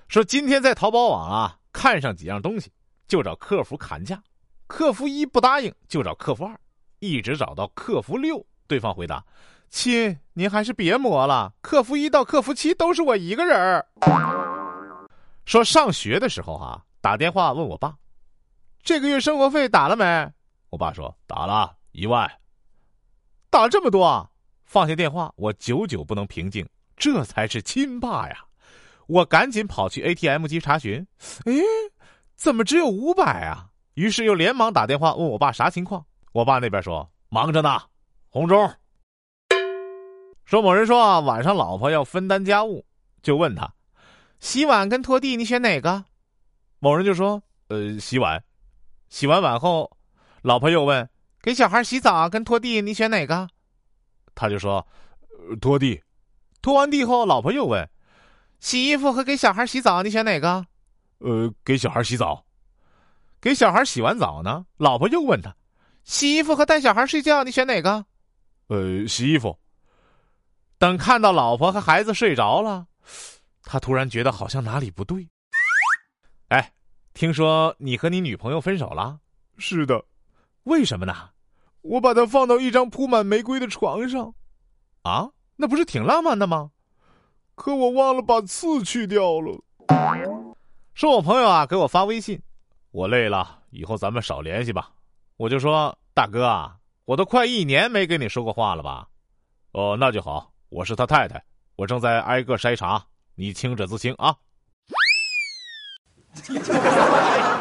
说今天在淘宝网啊看上几样东西，就找客服砍价，客服1不答应就找客服2，一直找到客服6，对方回答：亲，您还是别磨了，客服1到客服7都是我一个人儿。说上学的时候啊，打电话问我爸，这个月生活费打了没？我爸说打了1万。打了这么多啊！放下电话，我久久不能平静，这才是亲爸呀！我赶紧跑去 ATM 机查询，怎么只有500啊？于是又连忙打电话问我爸啥情况。我爸那边说忙着呢，红中。说某人说啊，晚上老婆要分担家务，就问他洗碗跟拖地你选哪个？某人就说洗碗。洗完碗后，老婆又问给小孩洗澡跟拖地你选哪个？他就说拖地。拖完地后，老婆又问洗衣服和给小孩洗澡你选哪个？给小孩洗澡。给小孩洗完澡呢，老婆又问他洗衣服和带小孩睡觉你选哪个？洗衣服。等看到老婆和孩子睡着了，他突然觉得好像哪里不对。听说你和你女朋友分手了？是的。为什么呢？我把她放到一张铺满玫瑰的床上。啊，那不是挺浪漫的吗？可我忘了把刺去掉了。说我朋友啊给我发微信，我累了，以后咱们少联系吧。我就说大哥啊，我都快1年没跟你说过话了吧？哦，那就好，我是他太太，我正在挨个筛查，你清者自清啊。